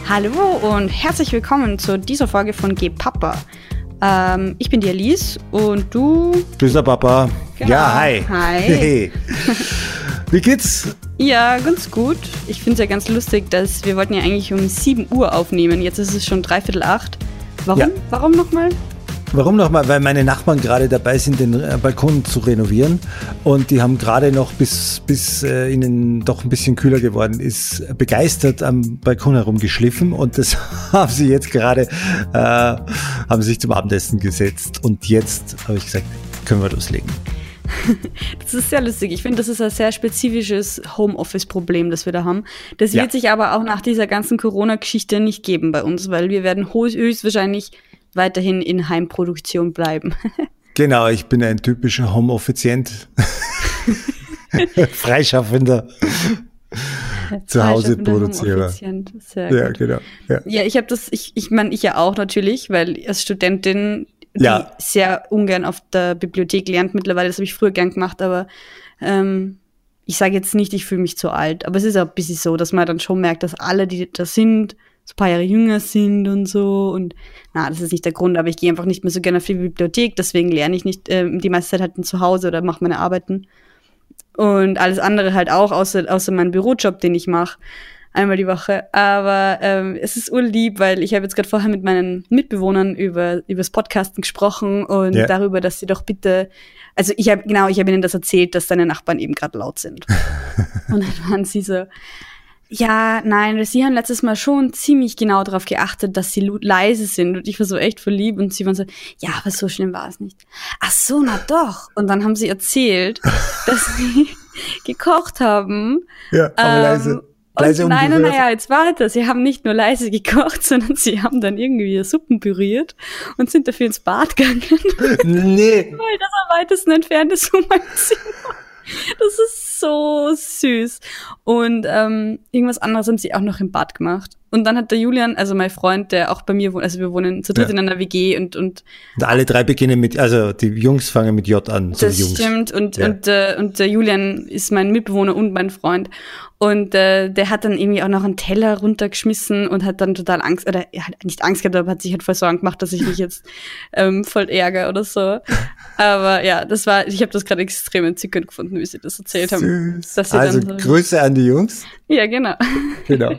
Hallo und herzlich willkommen zu dieser Folge von Geh Papa. Ich bin die Alice und du? Grüß der Papa. Genau. Ja, hi. Hi. Hey. Wie geht's? Ja, ganz gut. Ich finde es ja ganz lustig, dass wir wollten ja eigentlich um 7 Uhr aufnehmen. Jetzt ist es schon 7:45. Warum? Ja. Warum nochmal? Warum nochmal? Weil meine Nachbarn gerade dabei sind, den Balkon zu renovieren und die haben gerade noch, bis ihnen doch ein bisschen kühler geworden ist, begeistert am Balkon herumgeschliffen und das haben sie jetzt gerade, haben sich zum Abendessen gesetzt und jetzt habe ich gesagt, können wir loslegen. Das ist sehr lustig. Ich finde, das ist ein sehr spezifisches Homeoffice-Problem, das wir da haben. Das wird sich aber auch nach dieser ganzen Corona-Geschichte nicht geben bei uns, weil wir werden höchstwahrscheinlich weiterhin in Heimproduktion bleiben. Genau, ich bin ein typischer Home-Offizient, Freischaffender, zu Hause Produzierer. Sehr ja, gut. genau. Ja, ich habe das, ich meine, ich ja auch natürlich, weil als Studentin die Ja. sehr ungern auf der Bibliothek lernt mittlerweile. Das habe ich früher gern gemacht, aber ich sage jetzt nicht, ich fühle mich zu alt. Aber es ist auch ein bisschen so, dass man dann schon merkt, dass alle, die da sind, so ein paar Jahre jünger sind und so. Und das ist nicht der Grund, aber ich gehe einfach nicht mehr so gerne auf die Bibliothek. Deswegen lerne ich nicht die meiste Zeit halt zu Hause oder mache meine Arbeiten. Und alles andere halt auch, außer meinen Bürojob, den ich mache. Einmal die Woche. Aber es ist urlieb, weil ich habe jetzt gerade vorher mit meinen Mitbewohnern über das Podcasten gesprochen und darüber, dass sie doch bitte, also ich habe ihnen das erzählt, dass deine Nachbarn eben gerade laut sind. Und dann waren sie so, ja, nein, sie haben letztes Mal schon ziemlich genau darauf geachtet, dass sie leise sind. Und ich war so echt voll lieb und sie waren so, ja, aber so schlimm war es nicht. Ach so, na doch. Und dann haben sie erzählt, dass sie gekocht haben. Ja, aber leise. Und naja, jetzt warte, sie haben nicht nur leise gekocht, sondern sie haben dann irgendwie Suppen püriert und sind dafür ins Bad gegangen. Nee. Weil das am weitesten entfernt ist von meinem Zimmer. Das ist so süß. Und irgendwas anderes haben sie auch noch im Bad gemacht. Und dann hat der Julian, also mein Freund, der auch bei mir wohnt, also wir wohnen zu dritt in einer WG und alle drei beginnen mit, also die Jungs fangen mit J an. So das Jungs. Stimmt. Und der Julian ist mein Mitbewohner und mein Freund. Und der hat dann irgendwie auch noch einen Teller runtergeschmissen und hat dann total Angst, oder er hat nicht Angst gehabt, aber hat sich halt voll Sorgen gemacht, dass ich mich jetzt voll ärgere oder so. Aber ja, ich habe das gerade extrem entzückend gefunden, wie sie das erzählt haben. Dass sie Also dann so, Grüße an die Jungs. ja, genau. Genau.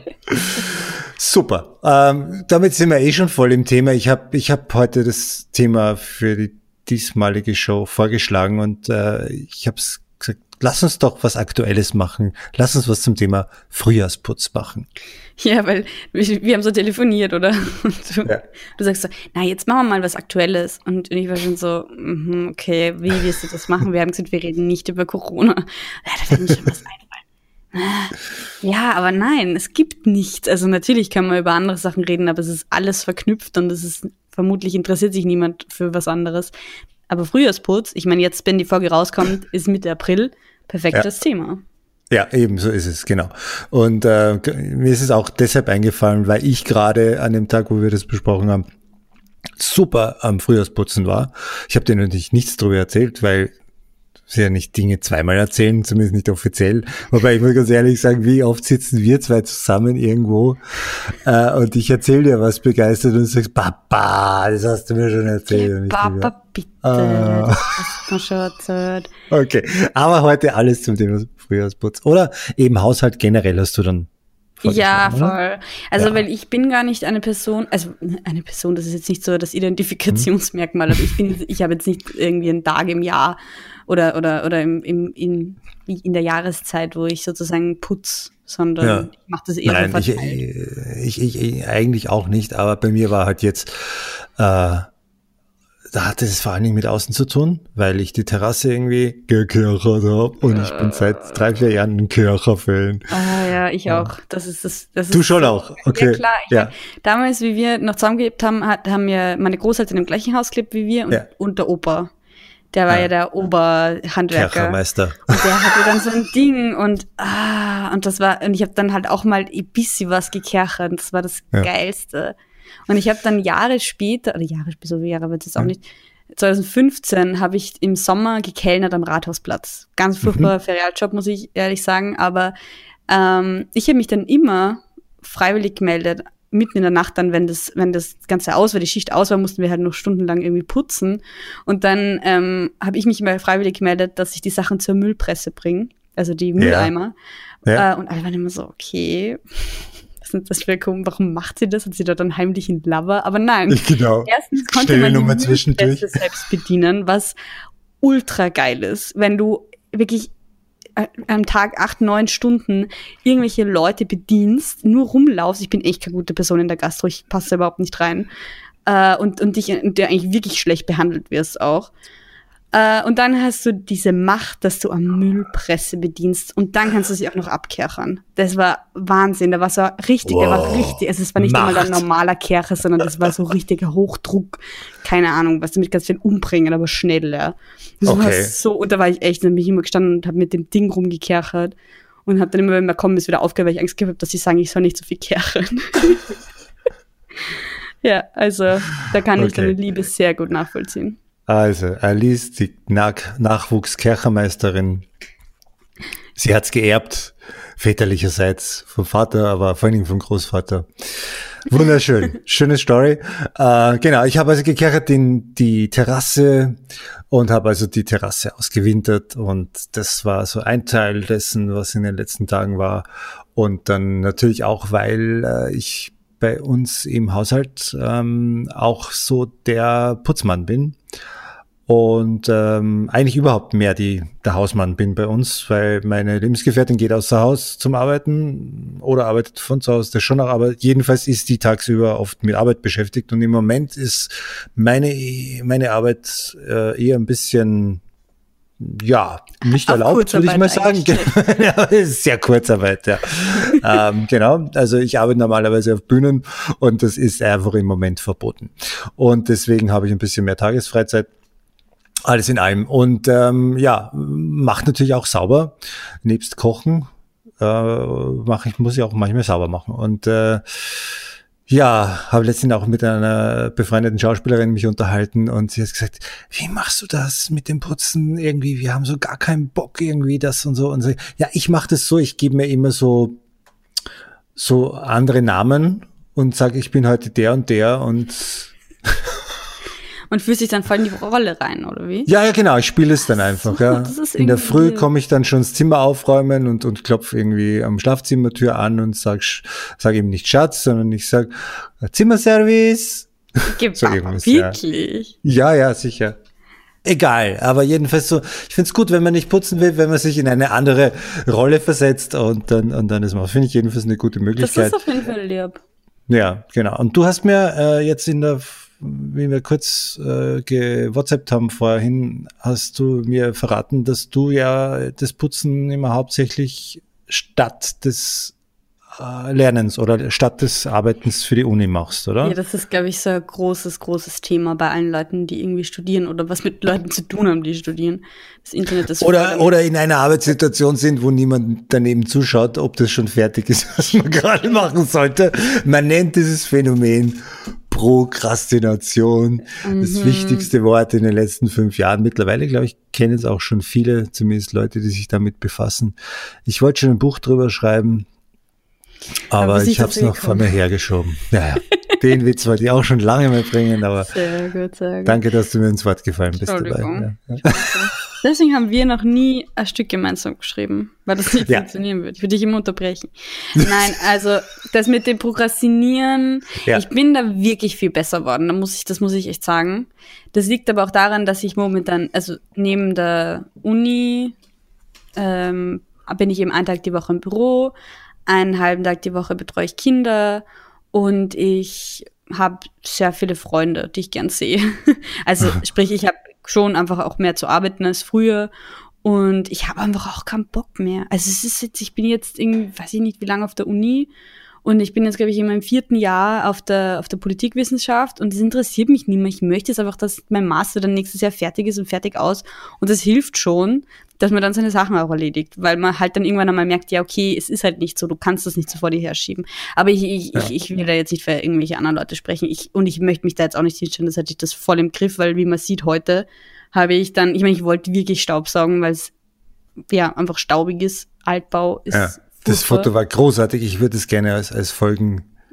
Super. Damit sind wir eh schon voll im Thema. Ich hab heute das Thema für die diesmalige Show vorgeschlagen und ich habe gesagt, lass uns doch was Aktuelles machen. Lass uns was zum Thema Frühjahrsputz machen. Ja, weil wir haben so telefoniert, oder? Und du sagst so, na, jetzt machen wir mal was Aktuelles. Und ich war schon so, okay, wie wirst du das machen? Wir haben gesagt, wir reden nicht über Corona. Ja, da wird mir schon was einfallen. Ja, aber nein, es gibt nichts. Also natürlich kann man über andere Sachen reden, aber es ist alles verknüpft und vermutlich interessiert sich niemand für was anderes. Aber Frühjahrsputz, ich meine, jetzt, wenn die Folge rauskommt, ist Mitte April, perfektes Thema. Ja, eben, so ist es, genau. Und mir ist es auch deshalb eingefallen, weil ich gerade an dem Tag, wo wir das besprochen haben, super am Frühjahrsputzen war. Ich habe dir natürlich nichts darüber erzählt, weil sie ja nicht Dinge zweimal erzählen, zumindest nicht offiziell. Wobei ich muss ganz ehrlich sagen, wie oft sitzen wir zwei zusammen irgendwo und ich erzähle dir was begeistert und du sagst, Papa, das hast du mir schon erzählt. Papa, bitte, das hast du mir schon erzählt. Okay, aber heute alles zum Thema Frühjahrsputz. Oder eben Haushalt generell hast du dann ja, voll. Oder? Also, weil ich bin gar nicht eine Person, das ist jetzt nicht so das Identifikationsmerkmal, aber ich habe jetzt nicht irgendwie einen Tag im Jahr oder in der Jahreszeit, wo ich sozusagen putz, sondern ich mache das eher so verteilt. Ich eigentlich auch nicht, aber bei mir war halt jetzt, da hatte es vor allen Dingen mit außen zu tun, weil ich die Terrasse irgendwie gekehrt habe und ich bin seit 3-4 Jahren ein Kercher-Fan. Ah ja, ich auch. Das ist du schon auch? Okay. Ja, klar. Damals, wie wir noch zusammengelebt haben, haben ja meine Großeltern im gleichen Haus gelebt wie wir und der Opa. Der war ja der Oberhandwerker. Kerchermeister. Und der hatte dann so ein Ding und ich habe dann halt auch mal ein bisschen was gekerchert. Das war das Geilste. Und ich habe dann Jahre später, so viele Jahre wird es auch nicht, 2015 habe ich im Sommer gekellnert am Rathausplatz. Ganz furchtbarer Ferialjob, muss ich ehrlich sagen. Aber ich habe mich dann immer freiwillig gemeldet mitten in der Nacht dann, wenn das Ganze aus war, die Schicht aus war, mussten wir halt noch stundenlang irgendwie putzen. Und dann habe ich mich mal freiwillig gemeldet, dass ich die Sachen zur Müllpresse bringe, also die Mülleimer. Ja. Und alle waren immer so, okay, was ist das für ein, warum macht sie das? Hat sie da dann heimlich einen Lover? Aber nein. Genau. Erstens konnte man die Müllpresse selbst bedienen, was ultra geil ist, wenn du wirklich am Tag 8, 9 Stunden irgendwelche Leute bedienst, nur rumlaufst. Ich bin echt keine gute Person in der Gastro, ich passe da überhaupt nicht rein. Und der eigentlich wirklich schlecht behandelt wirst auch. Und dann hast du diese Macht, dass du am Müllpresse bedienst und dann kannst du sie auch noch abkerchern. Das war Wahnsinn. Der war richtig, also es war nicht einmal ein normaler Kercher, sondern das war so richtiger Hochdruck. Keine Ahnung, was damit kannst du den umbringen, aber schnell, ja. Das war so, und da war ich echt, dann bin ich immer gestanden und habe mit dem Ding rumgekerchert und habe dann immer, wenn wir kommen, ist wieder aufgehört, weil ich Angst gehabt habe, dass sie sagen, ich soll nicht so viel kerchern. Ja, also da kann ich deine Liebe sehr gut nachvollziehen. Also, Alice, die Nachwuchskerchermeisterin, sie hat's geerbt, väterlicherseits vom Vater, aber vor allen Dingen vom Großvater. Wunderschön, schöne Story. Genau, ich habe also gekerchert in die Terrasse und habe also die Terrasse ausgewintert und das war so ein Teil dessen, was in den letzten Tagen war. Und dann natürlich auch, weil ich bei uns im Haushalt auch so der Putzmann bin. Und eigentlich überhaupt mehr der Hausmann bin bei uns, weil meine Lebensgefährtin geht außer Haus zum Arbeiten oder arbeitet von zu Hause, das schon auch, aber jedenfalls ist die tagsüber oft mit Arbeit beschäftigt und im Moment ist meine Arbeit eher ein bisschen, ja, nicht erlaubt, würde ich mal sagen. Ja, es ist sehr Kurzarbeit, ja. Genau, also ich arbeite normalerweise auf Bühnen und das ist einfach im Moment verboten. Und deswegen habe ich ein bisschen mehr Tagesfreizeit. Alles in allem. Und macht natürlich auch sauber. Nebst Kochen muss ich auch manchmal sauber machen. Und habe letztens auch mit einer befreundeten Schauspielerin mich unterhalten und sie hat gesagt, wie machst du das mit dem Putzen irgendwie? Wir haben so gar keinen Bock irgendwie das und so. Und so. Ja, ich mache das so, ich gebe mir immer so andere Namen und sage, ich bin heute der und der und und fühlst dich dann voll in die Rolle rein, oder wie? Ja, genau, ich spiele es dann einfach. Ja. In der Früh komme ich dann schon das Zimmer aufräumen und klopfe irgendwie am Schlafzimmertür an und sag eben nicht Schatz, sondern ich sag Zimmerservice. So wirklich? Ja, sicher. Egal, aber jedenfalls so, ich find's gut, wenn man nicht putzen will, wenn man sich in eine andere Rolle versetzt und dann ist man, finde ich jedenfalls eine gute Möglichkeit. Das ist auf jeden Fall lieb. Ja, genau. Und du hast mir jetzt wie wir kurz gewhatsappt haben vorhin, hast du mir verraten, dass du ja das Putzen immer hauptsächlich statt des Lernens oder statt des Arbeitens für die Uni machst, oder? Ja, das ist, glaube ich, so ein großes Thema bei allen Leuten, die irgendwie studieren oder was mit Leuten zu tun haben, die studieren. Das Internet ist oder in einer Arbeitssituation sind, wo niemand daneben zuschaut, ob das schon fertig ist, was man gerade machen sollte. Man nennt dieses Phänomen Prokrastination, das wichtigste Wort in den letzten 5 Jahren. Mittlerweile, glaube ich, kennen es auch schon viele, zumindest Leute, die sich damit befassen. Ich wollte schon ein Buch drüber schreiben, aber ich habe es noch vor mir hergeschoben. Ja. Den Witz wollte ich auch schon lange mal bringen, aber sehr gut. Danke, dass du mir ins Wort gefallen bist dabei. Ja. Deswegen haben wir noch nie ein Stück gemeinsam geschrieben, weil das nicht funktionieren wird. Ich würde dich immer unterbrechen. Nein, also das mit dem Prokrastinieren, ich bin da wirklich viel besser geworden. Das muss ich echt sagen. Das liegt aber auch daran, dass ich momentan, also neben der Uni bin ich eben einen Tag die Woche im Büro, einen halben Tag die Woche betreue ich Kinder und ich habe sehr viele Freunde, die ich gern sehe. Also sprich, ich habe schon einfach auch mehr zu arbeiten als früher und ich habe einfach auch keinen Bock mehr. Also ich bin jetzt irgendwie, weiß ich nicht wie lange auf der Uni und ich bin jetzt, glaube ich, in meinem 4. Jahr auf der Politikwissenschaft und das interessiert mich nicht mehr. Ich möchte jetzt einfach, dass mein Master dann nächstes Jahr fertig ist und fertig aus und das hilft schon, dass man dann seine Sachen auch erledigt, weil man halt dann irgendwann einmal merkt, ja okay, es ist halt nicht so, du kannst das nicht so vor dir herschieben. Aber ich will da jetzt nicht für irgendwelche anderen Leute sprechen ich möchte mich da jetzt auch nicht hinstellen, das hatte ich das voll im Griff, weil wie man sieht heute, habe ich dann, ich wollte wirklich Staubsaugen, weil es ja einfach staubig ist, Altbau ist das Foto war großartig, ich würde es gerne als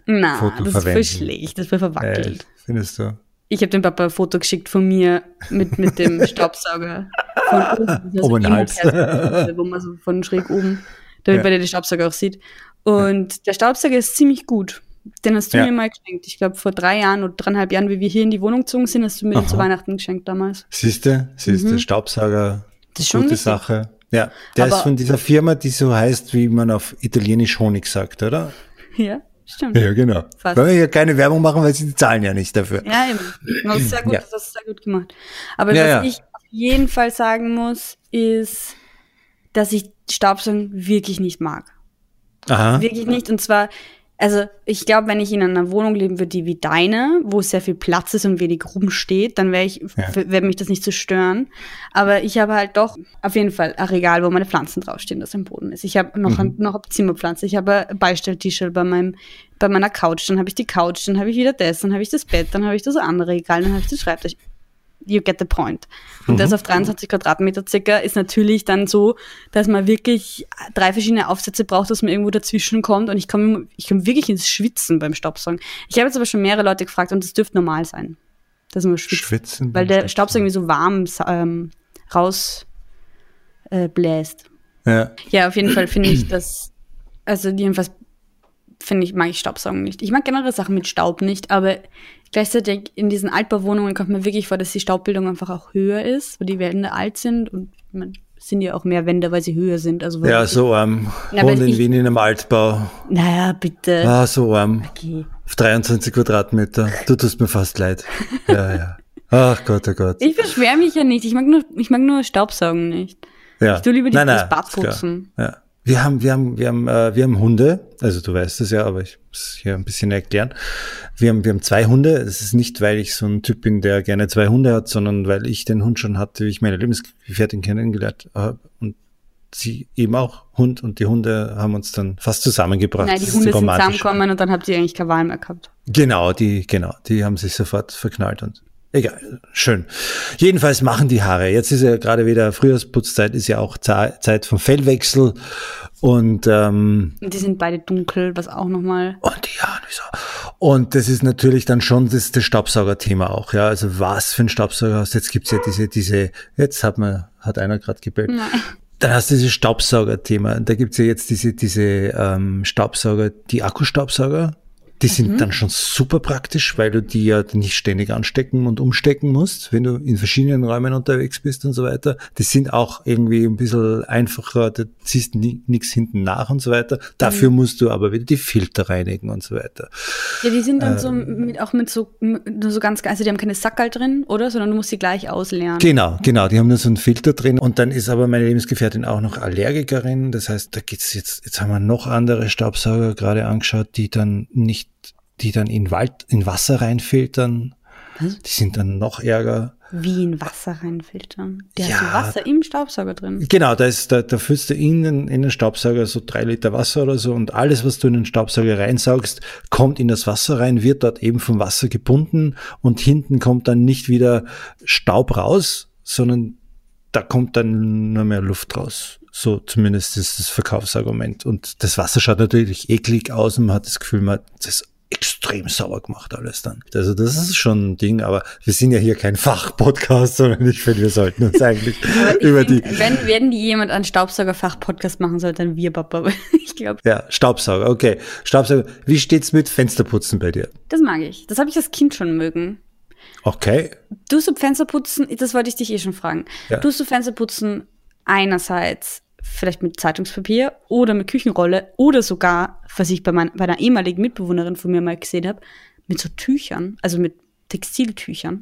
Na, Foto das verwenden. ist voll schlecht, das ist voll verwackelt. Findest du? Ich habe dem Papa ein Foto geschickt von mir mit dem Staubsauger von oben. Oben den Hals. Wo man so von schräg oben, damit man den Staubsauger auch sieht. Und der Staubsauger ist ziemlich gut. Den hast du mir mal geschenkt. Ich glaube, vor 3 Jahren oder 3,5 Jahren, wie wir hier in die Wohnung gezogen sind, hast du mir den zu Weihnachten geschenkt damals. Siehst du, Staubsauger, Das ist schon gute wichtig. Sache. Ja, der ist von dieser Firma, die so heißt, wie man auf Italienisch Honig sagt, oder? Ja, stimmt. Ja, genau. Fast. Wollen wir hier keine Werbung machen, weil sie zahlen ja nicht dafür. Ja, eben. Das ist sehr gut, Ja. das hast du sehr gut gemacht. Aber Ja, was ich auf jeden Fall sagen muss, ist, dass ich Staubsaugen wirklich nicht mag. Aha. Wirklich nicht. Und zwar, also ich glaube, wenn ich in einer Wohnung leben würde, die wie deine, wo sehr viel Platz ist und wenig rumsteht, dann wäre mich das nicht so stören. Aber ich habe halt doch auf jeden Fall ein Regal, wo meine Pflanzen draufstehen, das am Boden ist. Ich habe noch eine Zimmerpflanze, ich habe ein Beistelltischel bei meiner Couch, dann habe ich die Couch, dann habe ich wieder das, dann habe ich das Bett, dann habe ich das andere Regal, dann habe ich den Schreibtisch. You get the point. Und das auf 23 Quadratmeter circa ist natürlich dann so, dass man wirklich 3 verschiedene Aufsätze braucht, dass man irgendwo dazwischen kommt. Und ich komme wirklich ins Schwitzen beim Staubsaugen. Ich habe jetzt aber schon mehrere Leute gefragt und das dürfte normal sein, dass man schwitzt. Weil der Staubsauger irgendwie so warm rausbläst. Ja, auf jeden Fall finde ich das, also jedenfalls mag ich Staubsaugen nicht. Ich mag generell Sachen mit Staub nicht, aber gleichzeitig in diesen Altbauwohnungen kommt mir wirklich vor, dass die Staubbildung einfach auch höher ist, weil die Wände alt sind und sind ja auch mehr Wände, weil sie höher sind. Also Ja, so arm. Wohnen in Wien in einem Altbau. Naja, bitte. Ah, so arm. Okay. Auf 23 Quadratmeter. Du tust mir fast leid. Ja. Ach Gott, oh Gott. Ich beschwere mich ja nicht. Ich mag nur Staubsaugen nicht. Ja. Ich tue lieber das Bad putzen. Ja. Wir haben Hunde, also du weißt es ja, aber ich muss hier ein bisschen erklären. Wir haben 2 Hunde. Es ist nicht, weil ich so ein Typ bin, der gerne 2 Hunde hat, sondern weil ich den Hund schon hatte, wie ich meine Lebensgefährtin kennengelernt habe und sie eben auch Hund und die Hunde haben uns dann fast zusammengebracht. Nein, die Hunde sind zusammengekommen und dann habt ihr eigentlich keine Wahl mehr gehabt. Genau, die haben sich sofort verknallt und egal, schön. Jedenfalls machen die Haare. Jetzt ist ja gerade wieder Frühjahrsputzzeit, ist ja auch Zeit vom Fellwechsel und die sind beide dunkel, was auch nochmal. Und die Haare so. Und das ist natürlich dann schon das Staubsaugerthema auch, ja. Also was für ein Staubsauger hast du? Jetzt gibt's ja diese, jetzt hat einer gerade gebellt. Nein. Dann hast du dieses Staubsaugerthema. Da gibt's ja jetzt diese Staubsauger, die Akkustaubsauger. Die sind dann schon super praktisch, weil du die ja nicht ständig anstecken und umstecken musst, wenn du in verschiedenen Räumen unterwegs bist und so weiter. Die sind auch irgendwie ein bisschen einfacher, da ziehst nichts hinten nach und so weiter. Dafür musst du aber wieder die Filter reinigen und so weiter. Ja, die sind dann so ganz, also die haben keine Sackerl drin, oder? Sondern du musst sie gleich ausleeren. Genau, die haben nur so einen Filter drin und dann ist aber meine Lebensgefährtin auch noch Allergikerin. Das heißt, da geht's jetzt haben wir noch andere Staubsauger gerade angeschaut, die dann in Wasser reinfiltern. Was? Die sind dann noch ärger. Wie in Wasser reinfiltern? Hast Ja. du Wasser im Staubsauger drin? Genau, da füllst du in den Staubsauger so 3 Liter Wasser oder so und alles, was du in den Staubsauger reinsaugst, kommt in das Wasser rein, wird dort eben vom Wasser gebunden und hinten kommt dann nicht wieder Staub raus, sondern da kommt dann nur mehr Luft raus. So zumindest ist das Verkaufsargument. Und das Wasser schaut natürlich eklig aus und man hat das Gefühl, man hat das extrem sauber gemacht alles dann. Also das ist schon ein Ding, aber wir sind ja hier kein Fachpodcast, sondern ich finde, wir sollten uns eigentlich Wenn jemand einen Staubsauger-Fach-Podcast machen soll, dann wir, Papa. Ich glaube. Ja, Staubsauger, okay. Staubsauger. Wie steht's mit Fensterputzen bei dir? Das mag ich. Das habe ich als Kind schon mögen. Okay. Tust du Fensterputzen, das wollte ich dich schon fragen. Ja. Tust du Fensterputzen einerseits vielleicht mit Zeitungspapier oder mit Küchenrolle oder sogar, was ich bei einer ehemaligen Mitbewohnerin von mir mal gesehen habe, mit so Tüchern, also mit Textiltüchern.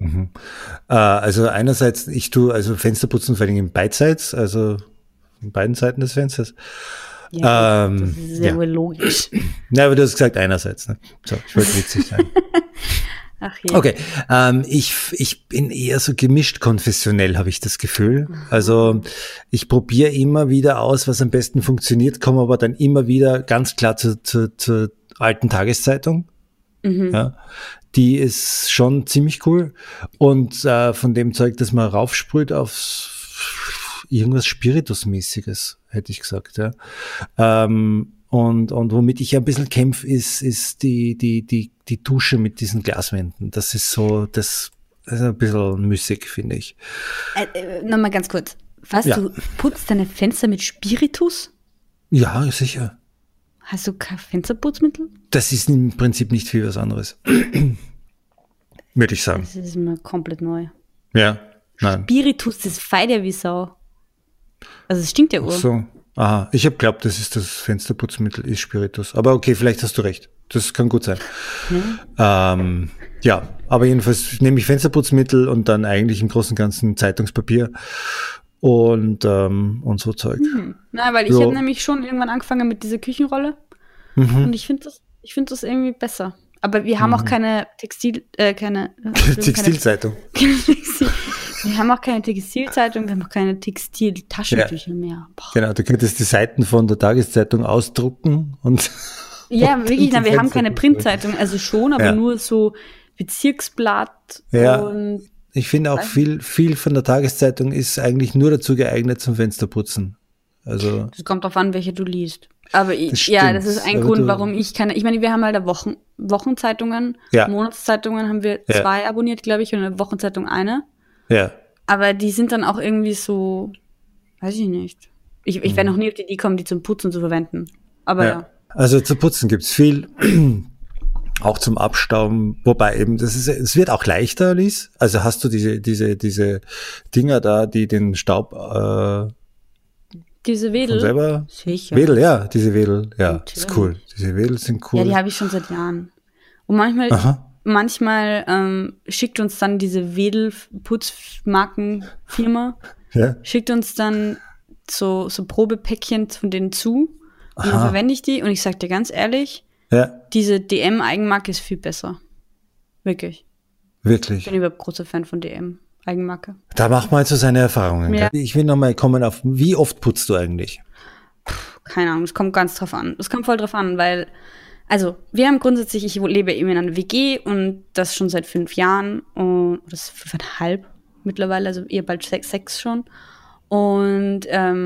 Also einerseits, ich tue also Fensterputzen vor allem in beidseits, also in beiden Seiten des Fensters. Ja, das ist sehr wohl logisch. Ja, aber du hast gesagt einerseits, ne? So, ich wollte witzig sein. Ach ja. Okay, ich bin eher so gemischt konfessionell, habe ich das Gefühl. Also ich probiere immer wieder aus, was am besten funktioniert, komme aber dann immer wieder ganz klar zur alten Tageszeitung. Ja, die ist schon ziemlich cool und von dem Zeug, das man raufsprüht auf irgendwas Spiritusmäßiges, hätte ich gesagt. Ja. Und womit ich ein bisschen kämpfe, ist die Dusche mit diesen Glaswänden. Das ist ein bisschen müßig, finde ich. Nochmal ganz kurz. Du putzt deine Fenster mit Spiritus? Ja, sicher. Hast du kein Fensterputzmittel? Das ist im Prinzip nicht viel was anderes. Würde ich sagen. Das ist mir komplett neu. Ja, nein. Spiritus, das feiert ja wie Sau. Also es stinkt ja auch. So. Aha, ich habe geglaubt, das ist das Fensterputzmittel, ist Spiritus. Aber okay, vielleicht hast du recht. Das kann gut sein. Ja, aber jedenfalls nehme ich Fensterputzmittel und dann eigentlich im Großen und Ganzen Zeitungspapier und so Zeug. Na, weil ich habe nämlich schon irgendwann angefangen mit dieser Küchenrolle und ich finde das irgendwie besser. Aber wir haben auch keine Textilzeitung. Wir haben auch keine Textilzeitung, wir haben auch keine Textiltaschentücher mehr. Boah. Genau, du könntest die Seiten von der Tageszeitung ausdrucken und ja, wirklich, wir haben keine Printzeitung, also schon, aber nur so Bezirksblatt und ich finde auch viel von der Tageszeitung ist eigentlich nur dazu geeignet zum Fensterputzen. Also das kommt drauf an, welche du liest. Aber das ist ein Grund, warum ich meine, wir haben halt Wochenzeitungen, Monatszeitungen haben wir 2 abonniert, glaube ich, und eine Wochenzeitung eine. Ja. Aber die sind dann auch irgendwie so, weiß ich nicht. Ich werde noch nie auf die Idee kommen, die zum Putzen zu verwenden. Aber ja. Also zu putzen gibt's viel, auch zum Abstauben, wobei eben, es wird auch leichter, Lies. Also hast du diese Dinger da, die den Staub, diese Wedel? Selber? Sicher. Wedel, ja, diese Wedel, ja, natürlich. Ist cool. Diese Wedel sind cool. Ja, die habe ich schon seit Jahren. Und manchmal schickt uns dann diese Wedel-Putzmarkenfirma, schickt uns dann so Probepäckchen von denen zu. Und dann verwende ich die und ich sag dir ganz ehrlich, diese DM-Eigenmarke ist viel besser. Wirklich. Wirklich. Ich bin überhaupt großer Fan von DM-Eigenmarke. Da macht man jetzt so seine Erfahrungen. Ja. Ich will nochmal kommen auf, wie oft putzt du eigentlich? Keine Ahnung, das kommt ganz drauf an. Das kommt voll drauf an, weil, also, wir haben grundsätzlich, ich lebe eben in einer WG und das schon seit 5 Jahren oder das ist 5,5 mittlerweile, also eher bald 6 schon. Und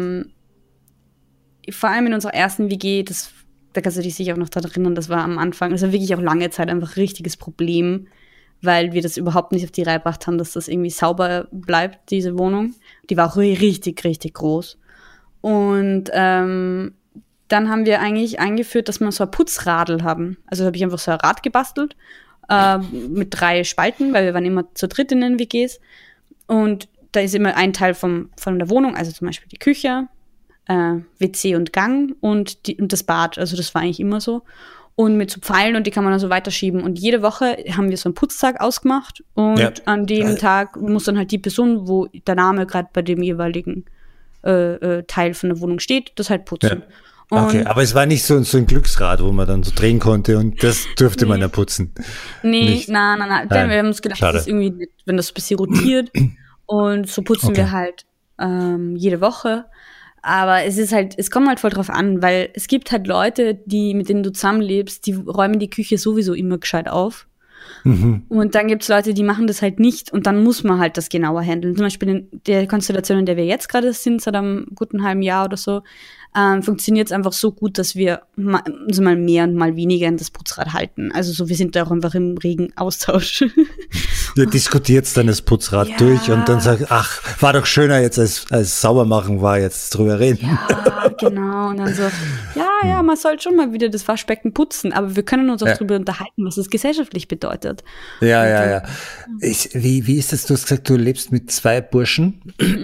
vor allem in unserer ersten WG, da kannst du dich sicher auch noch daran erinnern, das war am Anfang, das war wirklich auch lange Zeit einfach ein richtiges Problem, weil wir das überhaupt nicht auf die Reihe gebracht haben, dass das irgendwie sauber bleibt, diese Wohnung. Die war auch richtig, richtig groß. Und dann haben wir eigentlich eingeführt, dass wir so ein Putzradl haben. Also habe ich einfach so ein Rad gebastelt mit 3 Spalten, weil wir waren immer zu dritt in den WGs. Und da ist immer ein Teil von der Wohnung, also zum Beispiel die Küche, WC und Gang und das Bad. Also das war eigentlich immer so. Und mit so Pfeilen und die kann man dann so weiterschieben. Und jede Woche haben wir so einen Putztag ausgemacht. Und an dem Tag muss dann halt die Person, wo der Name gerade bei dem jeweiligen Teil von der Wohnung steht, das halt putzen. Ja. Okay, aber es war nicht so ein Glücksrad, wo man dann so drehen konnte und das durfte man ja putzen. Nee, nein. Wir haben uns gedacht, das ist irgendwie nett, wenn das ein bisschen rotiert. Und so putzen wir halt jede Woche. Aber es kommt halt voll drauf an, weil es gibt halt Leute, mit denen du zusammenlebst, die räumen die Küche sowieso immer gescheit auf. Und dann gibt's Leute, die machen das halt nicht und dann muss man halt das genauer handeln. Zum Beispiel in der Konstellation, in der wir jetzt gerade sind, seit einem guten halben Jahr oder so, funktioniert es einfach so gut, dass wir mal mehr und mal weniger in das Putzrad halten. Also so, wir sind da auch einfach im regen Austausch. Ihr diskutiert dann das Putzrad durch und dann sagt, ach, war doch schöner jetzt als sauber machen war, jetzt drüber reden. Ja, genau. Und dann so, man soll schon mal wieder das Waschbecken putzen, aber wir können uns auch drüber unterhalten, was es gesellschaftlich bedeutet. Ja. Wie ist das? Du hast gesagt, du lebst mit 2 Burschen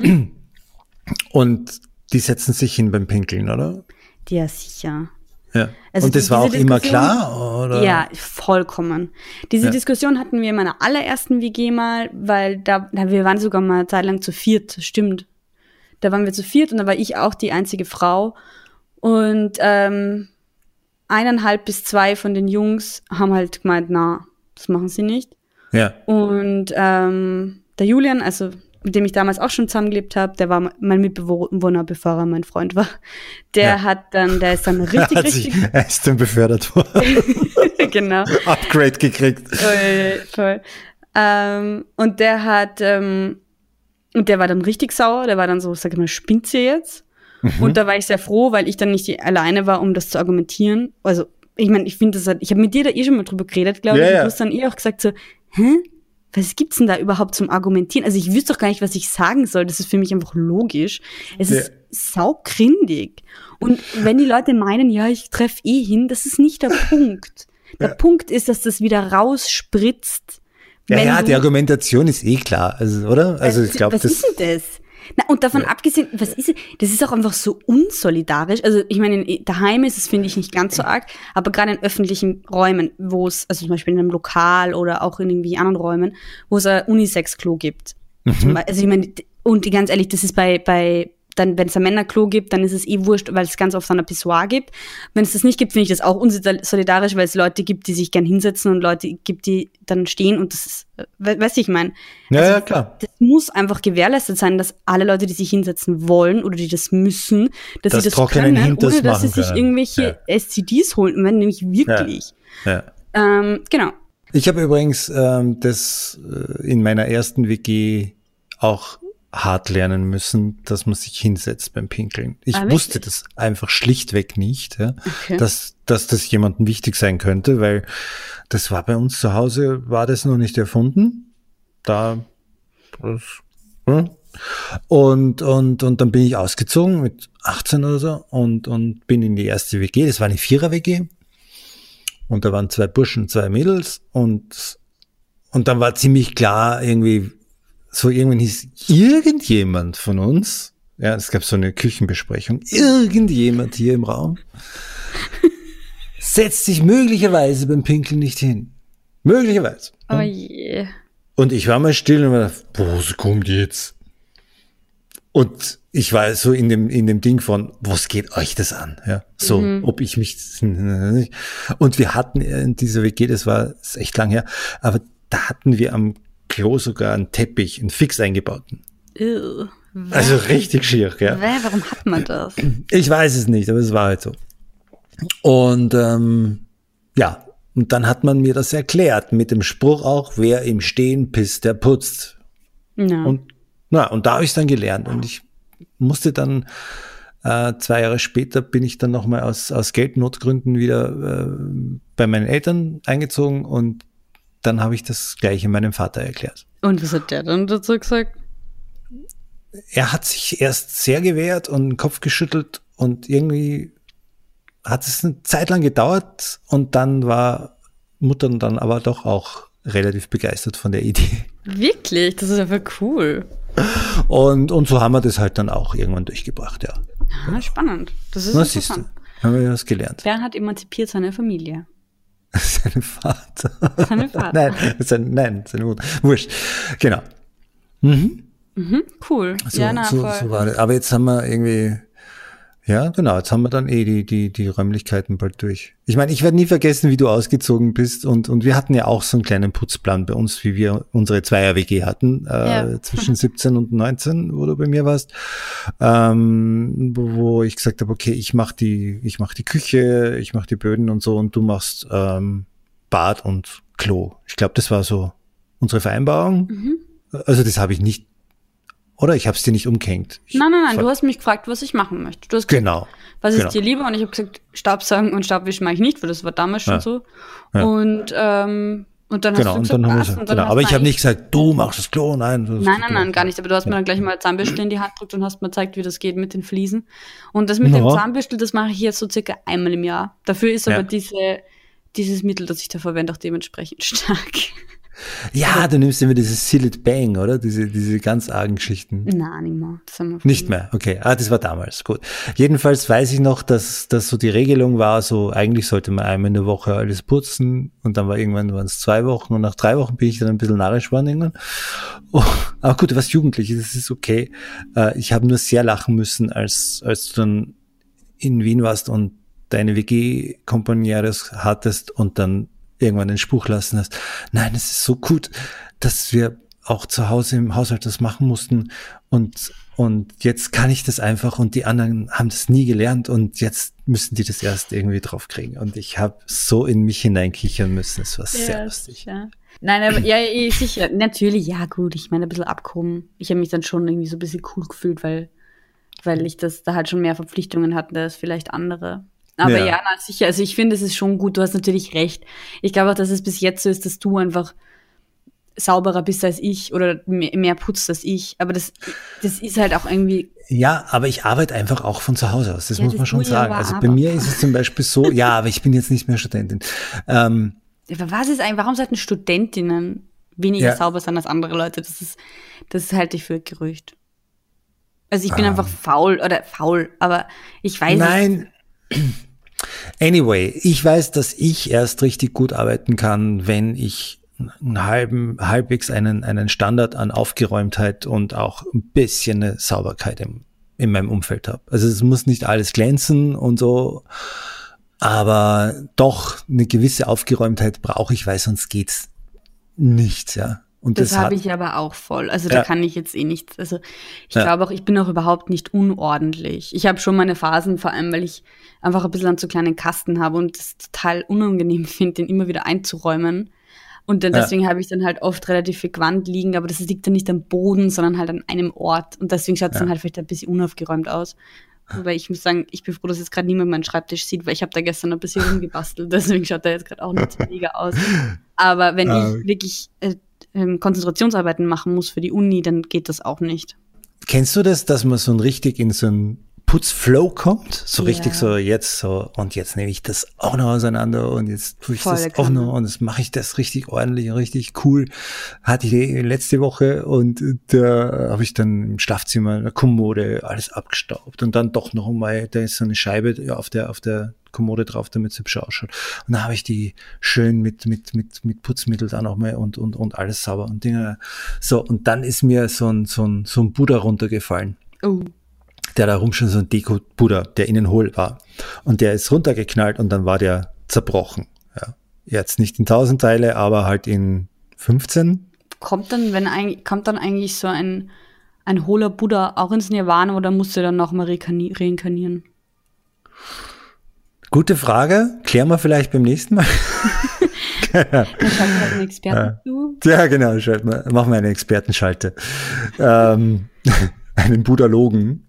und die setzen sich hin beim Pinkeln, oder? Ja, sicher. Ja. Also und das war auch immer klar, oder? Ja, vollkommen. Diese Diskussion hatten wir in meiner allerersten WG mal, weil wir waren sogar mal eine Zeit lang zu 4, stimmt. Da waren wir zu 4 und da war ich auch die einzige Frau. Und 1,5 bis 2 von den Jungs haben halt gemeint, na, das machen sie nicht. Ja. Und der Julian, also mit dem ich damals auch schon zusammengelebt habe, der war mein Mitbewohner, bevor er mein Freund war. Der ist dann richtig. Er ist dann befördert worden. Genau. Upgrade gekriegt. Toll. Und der war dann richtig sauer. Der war dann so, sag ich mal, spinnt sie jetzt? Und da war ich sehr froh, weil ich dann nicht alleine war, um das zu argumentieren. Also, ich meine, ich finde das halt, ich habe mit dir da schon mal drüber geredet, glaube ich. Und du hast dann auch gesagt so, was gibt's denn da überhaupt zum Argumentieren? Also ich wüsste doch gar nicht, was ich sagen soll. Das ist für mich einfach logisch. Es ist saugrindig. Und wenn die Leute meinen, ja, ich treffe hin, das ist nicht der Punkt. Der Punkt ist, dass das wieder rausspritzt. Ja, die Argumentation ist klar, also, oder? Also ich glaube, was ist denn das? Na, und davon abgesehen, was ist das ist auch einfach so unsolidarisch. Also ich meine, daheim ist es, finde ich, nicht ganz so arg, aber gerade in öffentlichen Räumen, wo es, also zum Beispiel in einem Lokal oder auch in irgendwie anderen Räumen, wo es ein Unisex-Klo gibt. Also ich meine, und ganz ehrlich, das ist bei dann, wenn es ein Männerklo gibt, dann ist es wurscht, weil es ganz oft ein Pissoir gibt. Wenn es das nicht gibt, finde ich das auch unsolidarisch, weil es Leute gibt, die sich gern hinsetzen und Leute gibt, die dann stehen und das ist, weißt du, ich meine. Ja, klar. Das muss einfach gewährleistet sein, dass alle Leute, die sich hinsetzen wollen oder die das müssen, dass sie das können, ohne dass sie sich irgendwelche STDs holen, wenn nämlich wirklich. Genau. Ich habe übrigens das in meiner ersten WG auch hart lernen müssen, dass man sich hinsetzt beim Pinkeln. Ich wusste das einfach schlichtweg nicht, dass das jemandem wichtig sein könnte, weil das war bei uns zu Hause, war das noch nicht erfunden. Und dann bin ich ausgezogen mit 18 oder so und bin in die erste WG. Das war eine 4er-WG. Und da waren 2 Burschen, 2 Mädels und dann war ziemlich klar irgendwie, so irgendwann hieß irgendjemand von uns, es gab so eine Küchenbesprechung, irgendjemand hier im Raum setzt sich möglicherweise beim Pinkeln nicht hin. Möglicherweise. Oh je. Und ich war mal still und war, was kommt jetzt? Und ich war so in dem Ding von, was geht euch das an? Ja, so, ob ich mich, und wir hatten in dieser WG, das ist echt lang her, aber da hatten wir am Klo sogar einen Teppich, einen fix eingebauten. Also richtig schier, ja. Warum hat man das? Ich weiß es nicht, aber es war halt so. Und und dann hat man mir das erklärt, mit dem Spruch auch, wer im Stehen pisst, der putzt. Ja. Und da habe ich es dann gelernt. Und ich musste dann 2 Jahre später bin ich dann nochmal aus Geldnotgründen wieder bei meinen Eltern eingezogen und dann habe ich das Gleiche meinem Vater erklärt. Und was hat der dann dazu gesagt? Er hat sich erst sehr gewehrt und den Kopf geschüttelt und irgendwie hat es eine Zeit lang gedauert und dann war Mutter dann aber doch auch relativ begeistert von der Idee. Wirklich? Das ist einfach cool. Und so haben wir das halt dann auch irgendwann durchgebracht, ja. Ja, spannend. Das ist interessant. Haben wir was gelernt. Wer hat emanzipiert seine Familie? Sein Vater. Seine Vater. Nein, seine Mutter. Wurscht. Genau. Cool. So war das. Aber jetzt haben wir irgendwie, ja, genau, jetzt haben wir dann die Räumlichkeiten bald durch. Ich meine, ich werde nie vergessen, wie du ausgezogen bist und wir hatten ja auch so einen kleinen Putzplan bei uns, wie wir unsere 2er-WG hatten, zwischen 17 und 19, wo du bei mir warst, wo ich gesagt habe, okay, ich mach die Küche, ich mach die Böden und so und du machst Bad und Klo. Ich glaube, das war so unsere Vereinbarung. Also das habe ich nicht. Oder ich habe es dir nicht umgehängt. Nein, du hast mich gefragt, was ich machen möchte. Du hast gesagt, was ist dir lieber? Und ich habe gesagt, Staubsaugen und Staubwischen mache ich nicht, weil das war damals schon so. Ja. Und dann hast du gesagt, aber ich habe nicht gesagt, du machst das Klo, nein. Nein, gar nicht. Aber du hast mir dann gleich mal Zahnbürstel in die Hand gedrückt und hast mir gezeigt, wie das geht mit den Fliesen. Und das mit dem Zahnbürstel, das mache ich jetzt so circa einmal im Jahr. Dafür ist aber dieses Mittel, das ich da verwende, auch dementsprechend stark. Ja, du nimmst immer dieses Seal It Bang, oder? Diese ganz argen Geschichten. Nein, nicht mehr. Das haben wir nicht mehr, okay. Das war damals, gut. Jedenfalls weiß ich noch, dass so die Regelung war, so eigentlich sollte man einmal in der Woche alles putzen und dann waren es 2 Wochen und nach 3 Wochen bin ich dann ein bisschen narrisch geworden irgendwann. Oh, aber gut, du warst Jugendliche, das ist okay. Ich habe nur sehr lachen müssen, als du dann in Wien warst und deine WG-Kompagnieres hattest und dann irgendwann den Spruch lassen hast, nein, es ist so gut, dass wir auch zu Hause im Haushalt das machen mussten und jetzt kann ich das einfach und die anderen haben das nie gelernt und jetzt müssen die das erst irgendwie draufkriegen und ich habe so in mich hineinkichern müssen, es war sehr lustig. Ja. Nein, aber ja, sicher, natürlich, ja gut, ich meine ein bisschen abgehoben. Ich habe mich dann schon irgendwie so ein bisschen cool gefühlt, weil weil ich das da halt schon mehr Verpflichtungen hatte als vielleicht andere. Aber ja, na, sicher. Also ich finde, es ist schon gut. Du hast natürlich recht. Ich glaube auch, dass es bis jetzt so ist, dass du einfach sauberer bist als ich oder mehr putzt als ich. Aber das ist halt auch irgendwie. Ja, aber ich arbeite einfach auch von zu Hause aus. Das muss man schon sagen. Also bei aber. mir ist es zum Beispiel so, ja, aber ich bin jetzt nicht mehr Studentin. Aber was ist eigentlich, warum sollten Studentinnen weniger sauber sein als andere Leute? Das halte ich für ein Gerücht. Also ich bin einfach faul, aber ich weiß Nein. Anyway, ich weiß, dass ich erst richtig gut arbeiten kann, wenn ich halbwegs einen Standard an Aufgeräumtheit und auch ein bisschen eine Sauberkeit in meinem Umfeld habe. Also es muss nicht alles glänzen und so, aber doch eine gewisse Aufgeräumtheit brauche ich, weil sonst geht's nicht, ja. Und das habe ich aber auch voll. Also da kann ich jetzt nichts. Also ich glaube auch, ich bin auch überhaupt nicht unordentlich. Ich habe schon meine Phasen, vor allem, weil ich einfach ein bisschen einen zu kleinen Kasten habe und es total unangenehm finde, den immer wieder einzuräumen. Und dann deswegen habe ich dann halt oft relativ viel Gewand liegen, aber das liegt dann nicht am Boden, sondern halt an einem Ort. Und deswegen schaut es dann halt vielleicht ein bisschen unaufgeräumt aus. Wobei ich muss sagen, ich bin froh, dass jetzt gerade niemand meinen Schreibtisch sieht, weil ich habe da gestern ein bisschen rumgebastelt. Deswegen schaut der jetzt gerade auch nicht so mega aus. Aber wenn ich wirklich Konzentrationsarbeiten machen muss für die Uni, dann geht das auch nicht. Kennst du das, dass man so richtig in so einen Putzflow kommt? So richtig so jetzt so, und jetzt nehme ich das auch noch auseinander und jetzt tue ich das auch noch und jetzt mache ich das richtig ordentlich und richtig cool. Hatte ich die letzte Woche und da habe ich dann im Schlafzimmer eine Kommode alles abgestaubt und dann doch noch einmal, da ist so eine Scheibe auf der Kommode drauf, damit es hübsch ausschaut. Und dann habe ich die schön mit Putzmittel da nochmal und alles sauber und Dinge. So, und dann ist mir so ein Buddha runtergefallen. Oh. Der da rumstand, so ein Deko-Buddha, der innen hohl war. Und der ist runtergeknallt und dann war der zerbrochen. Ja. Jetzt nicht in 1000 Teile, aber halt in 15. Kommt dann eigentlich so ein hohler Buddha auch ins Nirvana oder musst du dann nochmal reinkarnieren? Gute Frage. Klären wir vielleicht beim nächsten Mal. Dann schalten wir halt einen Experten zu. Ja, genau. Machen wir eine Expertenschalte. Einen Buddhologen.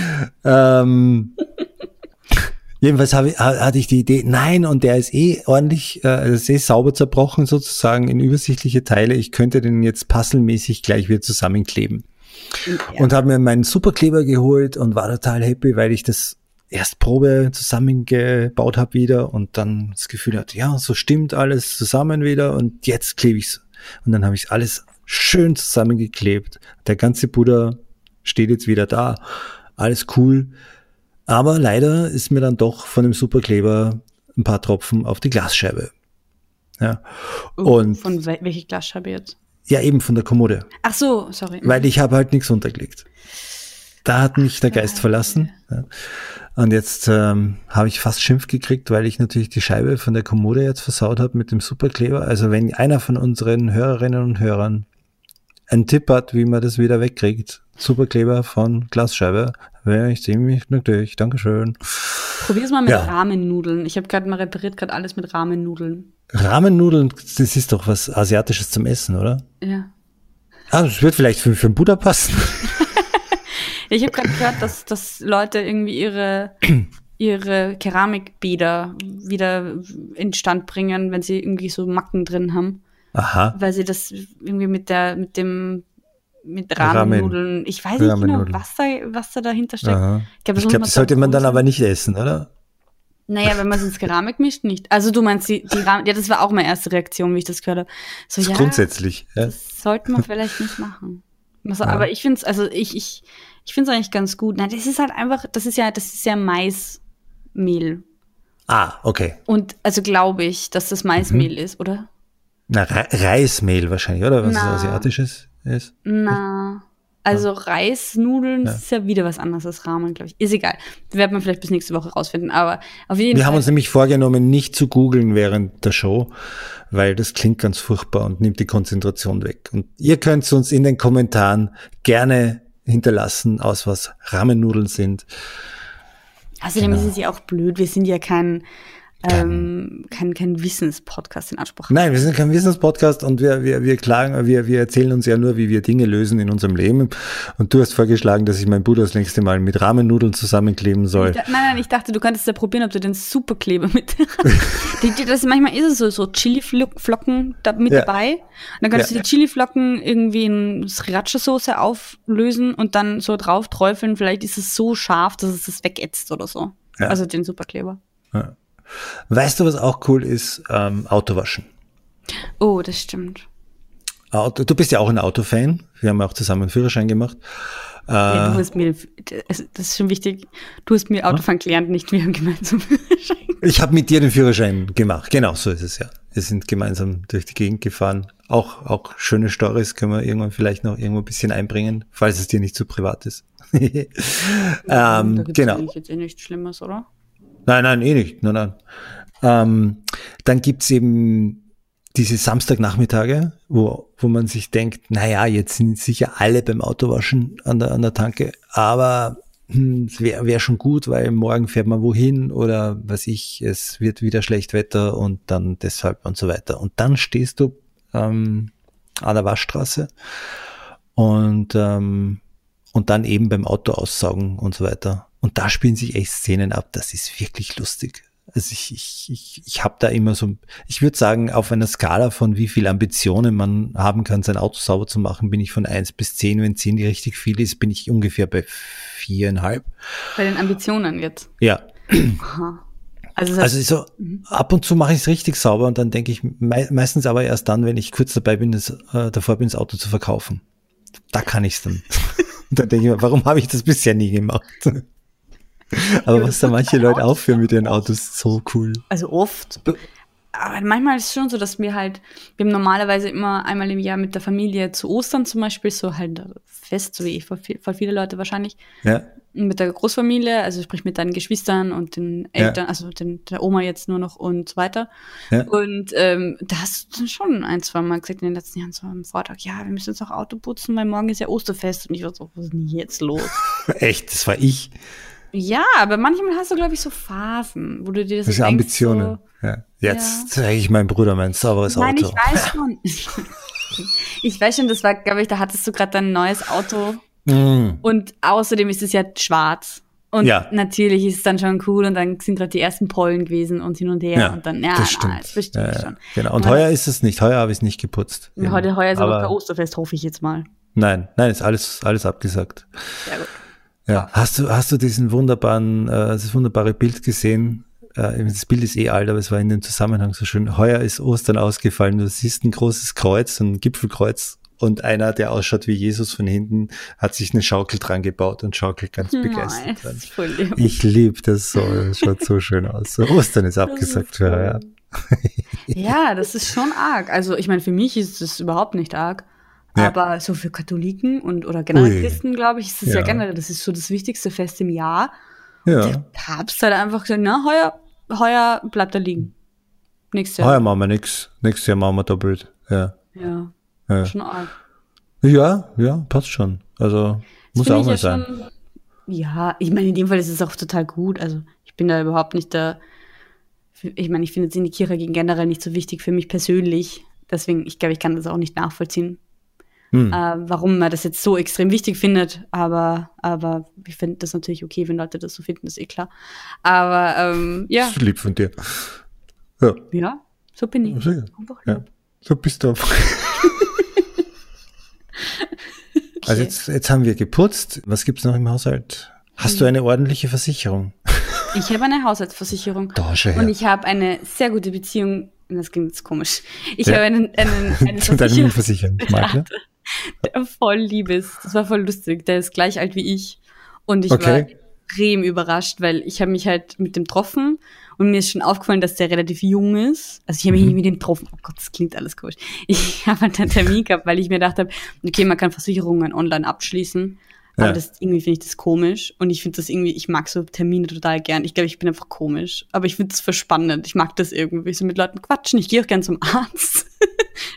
Jedenfalls hatte ich die Idee, nein, und der ist ordentlich, sauber zerbrochen sozusagen in übersichtliche Teile. Ich könnte den jetzt puzzelmäßig gleich wieder zusammenkleben. Ja. Und habe mir meinen Superkleber geholt und war total happy, weil ich das erst Probe zusammengebaut habe wieder und dann das Gefühl hatte, ja, so stimmt alles zusammen wieder und jetzt klebe ich's. Und dann habe ich alles schön zusammengeklebt. Der ganze Buddha steht jetzt wieder da. Alles cool. Aber leider ist mir dann doch von dem Superkleber ein paar Tropfen auf die Glasscheibe. Ja. Und von welche Glasscheibe jetzt? Ja, eben von der Kommode. Ach so, sorry. Weil ich habe halt nichts untergelegt. Da hat mich der Geist verlassen. Ja. Und jetzt habe ich fast Schimpf gekriegt, weil ich natürlich die Scheibe von der Kommode jetzt versaut habe mit dem Superkleber. Also wenn einer von unseren Hörerinnen und Hörern einen Tipp hat, wie man das wieder wegkriegt, Superkleber von Glasscheibe, wäre ich ziemlich glücklich. Dankeschön. Probier's mal mit Ramennudeln. Ich habe repariert gerade alles mit Ramennudeln. Ramennudeln, das ist doch was Asiatisches zum Essen, oder? Ja. Ah, das wird vielleicht für einen Buddha passen. Ich habe gerade gehört, dass Leute irgendwie ihre Keramikbäder wieder instand bringen, wenn sie irgendwie so Macken drin haben. Aha. Weil sie das irgendwie mit Ramennudeln, ich weiß nicht genau, was da dahinter steckt. Aha. Ich glaube, das sollte man dann aber nicht essen, oder? Naja, wenn man es ins Keramik mischt, nicht. Also du meinst die Rahmen, ja, das war auch meine erste Reaktion, wie ich das gehört habe. So, ja, grundsätzlich. Ja. Das sollte man vielleicht nicht machen. Also, aber ich finde es, also ich finde es eigentlich ganz gut. Na, das ist halt einfach, das ist ja Maismehl. Ah, okay. Und also glaube ich, dass das Maismehl ist, oder? Na, Reismehl wahrscheinlich, oder? Was Asiatisches ist? Na, also Reisnudeln ist ja wieder was anderes als Ramen, glaube ich. Ist egal. Werden wir vielleicht bis nächste Woche rausfinden, aber auf jeden Fall. Wir haben uns nämlich vorgenommen, nicht zu googeln während der Show, weil das klingt ganz furchtbar und nimmt die Konzentration weg. Und ihr könnt uns in den Kommentaren gerne hinterlassen, aus was Ramennudeln sind. Außerdem ist es ja auch blöd. Wir sind ja kein kein Wissenspodcast in Anspruch. Nein, wir sind kein Wissenspodcast und wir erzählen uns ja nur, wie wir Dinge lösen in unserem Leben. Und du hast vorgeschlagen, dass ich mein Buch das längste Mal mit Rahmennudeln zusammenkleben soll. Ich dachte, du könntest ja probieren, ob du den Superkleber mit manchmal ist es so Chili-Flocken mit dabei. Und dann kannst du die Chili-Flocken irgendwie in Sriracha-Soße auflösen und dann so drauf träufeln. Vielleicht ist es so scharf, dass es das wegätzt oder so. Ja. Also den Superkleber. Ja. Weißt du, was auch cool ist? Autowaschen. Oh, das stimmt. Du bist ja auch ein Autofan. Wir haben auch zusammen einen Führerschein gemacht. Ja, das ist schon wichtig, du hast mir Autofahren gelernt, nicht wir haben gemeinsam Führerschein. Ich habe mit dir den Führerschein gemacht. Genau, so ist es ja. Wir sind gemeinsam durch die Gegend gefahren. Auch schöne Storys können wir irgendwann vielleicht noch irgendwo ein bisschen einbringen, falls es dir nicht zu privat ist. Da gibt's eigentlich jetzt nichts Schlimmes, oder? Nein, eh nicht. Nein. Dann gibt's eben diese Samstagnachmittage, wo man sich denkt, naja, jetzt sind sicher alle beim Autowaschen an der Tanke, aber es wäre schon gut, weil morgen fährt man wohin oder es wird wieder schlecht Wetter und dann deshalb und so weiter. Und dann stehst du an der Waschstraße und dann eben beim Auto aussaugen und so weiter. Und da spielen sich echt Szenen ab, das ist wirklich lustig. Also ich habe da immer so, ich würde sagen, auf einer Skala von wie viel Ambitionen man haben kann, sein Auto sauber zu machen, bin ich von 1 bis 10. Wenn 10 die richtig viel ist, bin ich ungefähr bei 4,5. Bei den Ambitionen jetzt? Ja. Aha. Also so ab und zu mache ich es richtig sauber und dann denke ich, meistens aber erst dann, wenn ich kurz davor bin, das Auto zu verkaufen. Da kann ich es dann. Und dann denke ich mir, warum habe ich das bisher nie gemacht? Aber was da manche Leute aufführen mit ihren Autos, so cool. Also oft. Aber manchmal ist es schon so, dass wir haben normalerweise immer einmal im Jahr mit der Familie zu Ostern zum Beispiel so halt Fest, so wie für viele Leute wahrscheinlich. Ja. Mit der Großfamilie, also sprich mit deinen Geschwistern und den Eltern, also der Oma jetzt nur noch und so weiter. Ja. Und da hast du schon 1-2 Mal gesagt in den letzten Jahren so am Vortag, ja, wir müssen jetzt noch Auto putzen, weil morgen ist ja Osterfest. Und ich war so, was ist denn jetzt los? Echt? Das war ich? Ja, aber manchmal hast du, glaube ich, so Phasen, wo du dir das ist Ambitionen. So, ja. Jetzt zeige ich meinem Bruder mein sauberes Auto. Nein, ich weiß schon. Ich weiß schon, das war, glaube ich, da hattest du gerade dein neues Auto. Und außerdem ist es ja schwarz. Und natürlich ist es dann schon cool und dann sind gerade die ersten Pollen gewesen und hin und her. Ja, und dann, das stimmt. Das bestimmt schon. Genau. Und heuer ist es nicht. Heuer habe ich es nicht geputzt. Heuer ist aber kein Osterfest, hoffe ich jetzt mal. Nein, ist alles abgesagt. Sehr gut. Ja. Hast du das wunderbare Bild gesehen? Das Bild ist alt, aber es war in dem Zusammenhang so schön. Heuer ist Ostern ausgefallen. Du siehst ein großes Kreuz, ein Gipfelkreuz. Und einer, der ausschaut wie Jesus von hinten, hat sich eine Schaukel dran gebaut und schaukelt ganz begeistert dran. Ich liebe das so. Das schaut so schön aus. So, Ostern ist abgesagt für heuer. Ja, das ist schon arg. Also ich meine, für mich ist das überhaupt nicht arg. Ja. Aber so für Katholiken oder generell Christen, glaube ich, ist das ja generell, das ist so das wichtigste Fest im Jahr. Ja. Der Papst hat einfach gesagt, na, heuer bleibt er liegen. Nächstes Jahr. Heuer machen wir nichts. Nächstes Jahr machen wir doppelt. Ja. Schon arg. Ja, passt schon. Also das muss auch mal sein. Ja, ich meine, in dem Fall ist es auch total gut. Also ich bin da überhaupt nicht ich meine, ich finde jetzt in die Kirche gehen generell nicht so wichtig für mich persönlich. Deswegen, ich glaube, ich kann das auch nicht nachvollziehen. Warum man das jetzt so extrem wichtig findet, aber ich finde das natürlich okay, wenn Leute das so finden, ist eh klar. Aber ja. Das ist lieb von dir. Ja, so bin ich. Ja. So bist du. Also jetzt haben wir geputzt. Was gibt's noch im Haushalt? Hast du eine ordentliche Versicherung? Ich habe eine Haushaltsversicherung. Und ich habe eine sehr gute Beziehung. Das klingt jetzt komisch. Ich habe eine Versicherungsmakler. Der voll liebes. Das war voll lustig. Der ist gleich alt wie ich. Und ich war extrem überrascht, weil ich habe mich halt mit dem getroffen und mir ist schon aufgefallen, dass der relativ jung ist. Also ich habe mich nicht mit dem getroffen. Oh Gott, das klingt alles komisch. Ich habe halt einen Termin gehabt, weil ich mir gedacht habe, okay, man kann Versicherungen online abschließen. Aber irgendwie finde ich das komisch. Und ich finde das irgendwie, ich mag so Termine total gern. Ich glaube, ich bin einfach komisch. Aber ich finde das voll spannend. Ich mag das irgendwie, so mit Leuten quatschen. Ich gehe auch gern zum Arzt.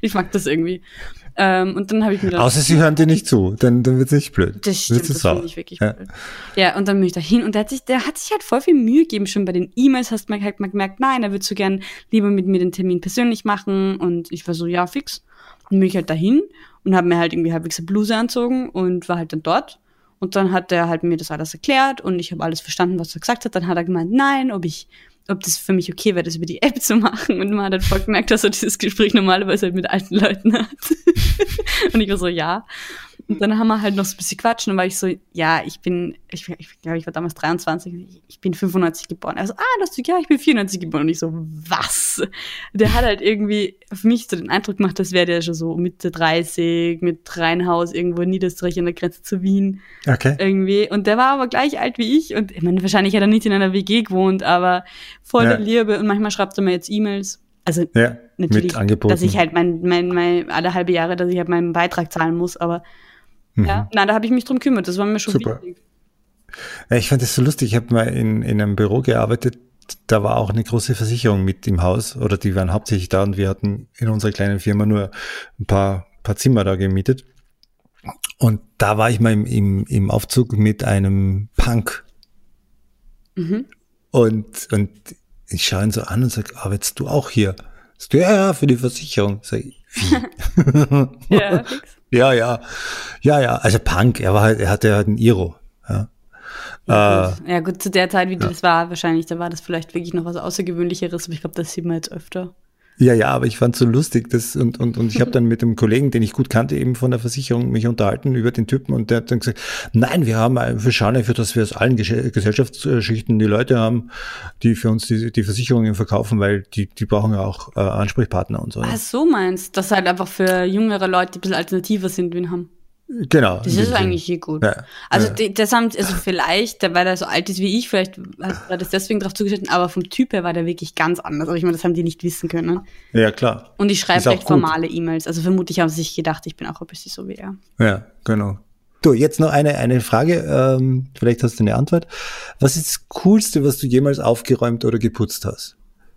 Ich mag das irgendwie. Und dann habe ich mir dann... Außer sie hören dir nicht zu, dann wird's nicht blöd. Das stimmt, das finde ich wirklich blöd. Ja, und dann bin ich da hin und der hat sich halt voll viel Mühe gegeben. Schon bei den E-Mails hast du halt mal gemerkt, nein, er würde so gern lieber mit mir den Termin persönlich machen. Und ich war so, ja, fix. Dann bin ich halt dahin und habe mir halt irgendwie halbwegs eine Bluse anzogen und war halt dann dort. Und dann hat er halt mir das alles erklärt und ich habe alles verstanden, was er gesagt hat. Dann hat er gemeint, nein, ob das für mich okay wäre, das über die App zu machen. Und man hat halt voll gemerkt, dass er dieses Gespräch normalerweise halt mit alten Leuten hat. Und ich war so, ja. Und dann haben wir halt noch so ein bisschen quatschen. Und dann war ich so, ja, ich glaube, ich war damals 23, ich bin 95 geboren. Also, lustig, ja, ich bin 94 geboren. Und ich so, was? Der hat halt irgendwie auf mich so den Eindruck gemacht, als wäre der schon so Mitte 30, mit Reihenhaus irgendwo in Niederösterreich an der Grenze zu Wien. Okay. Irgendwie. Und der war aber gleich alt wie ich. Und ich meine, wahrscheinlich hat er nicht in einer WG gewohnt, aber voll der Liebe. Und manchmal schreibt er mir jetzt E-Mails. Also, natürlich, dass ich halt mein alle halbe Jahre, dass ich halt meinen Beitrag zahlen muss, aber ja, nein, da habe ich mich drum gekümmert, das war mir schon wichtig. Ja, ich fand das so lustig, ich habe mal in einem Büro gearbeitet, da war auch eine große Versicherung mit im Haus, oder die waren hauptsächlich da und wir hatten in unserer kleinen Firma nur ein paar Zimmer da gemietet. Und da war ich mal im Aufzug mit einem Punk. Und ich schaue ihn so an und sage, arbeitest du auch hier? Sagst du, ja, für die Versicherung. Sag ich, wie? Ja, fix. Ja. Also Punk, er hatte halt ein Iro. Ja. Ja gut, zu der Zeit, wie das war, wahrscheinlich, da war das vielleicht wirklich noch was Außergewöhnlicheres, aber ich glaube, das sieht man jetzt öfter. Ja, aber ich fand's so lustig, und ich habe dann mit einem Kollegen, den ich gut kannte, eben von der Versicherung, mich unterhalten über den Typen und der hat dann gesagt, nein, wir schauen dafür, dass wir aus allen Gesellschaftsschichten die Leute haben, die für uns die Versicherungen verkaufen, weil die brauchen ja auch Ansprechpartner und so. Ach, so meinst, dass halt einfach für jüngere Leute, die ein bisschen alternativer sind, wen haben. Genau. Das ist eigentlich hier gut. Ja, also das haben, also vielleicht, weil der so alt ist wie ich, vielleicht hat das deswegen drauf zugeschnitten, aber vom Typ her war der wirklich ganz anders. Aber ich meine, das haben die nicht wissen können. Ja, klar. Und ich schreibe recht formale E-Mails. Also vermutlich haben sie sich gedacht, ich bin auch ein bisschen so wie er. Ja, genau. Du, jetzt noch eine Frage, vielleicht hast du eine Antwort. Was ist das Coolste, was du jemals aufgeräumt oder geputzt hast?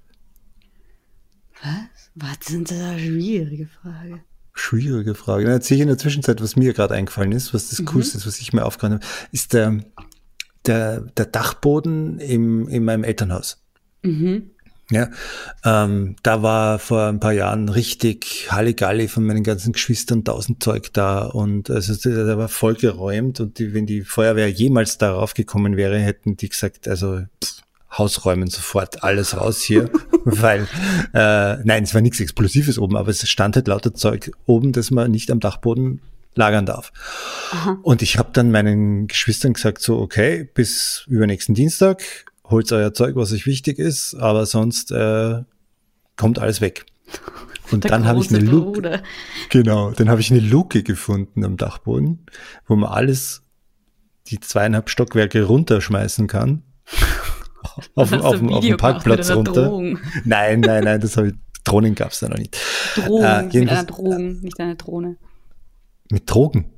Was sind das eine schwierige Frage? Schwierige Frage. Dann erzähle ich in der Zwischenzeit, was mir gerade eingefallen ist, was das Coolste ist, was ich mir aufgeräumt habe, ist der Dachboden in meinem Elternhaus. Ja, da war vor ein paar Jahren richtig Halligalli von meinen ganzen Geschwistern, 1000 Zeug da und also der war voll geräumt und wenn die Feuerwehr jemals darauf gekommen wäre, hätten die gesagt, also Haus räumen sofort, alles raus hier, weil, nein, es war nichts Explosives oben, aber es stand halt lauter Zeug oben, das man nicht am Dachboden lagern darf. Aha. Und ich habe dann meinen Geschwistern gesagt, so okay, bis übernächsten Dienstag, holt euer Zeug, was euch wichtig ist, aber sonst kommt alles weg. Und dann habe ich eine Luke, dann habe ich eine Luke gefunden am Dachboden, wo man alles, die 2,5 Stockwerke runterschmeißen kann. auf dem Parkplatz runter. Nein, das habe ich. Drohnen gab es da noch nicht. Drogen, mit einer Drogen, nicht eine Drohne. Mit Drogen?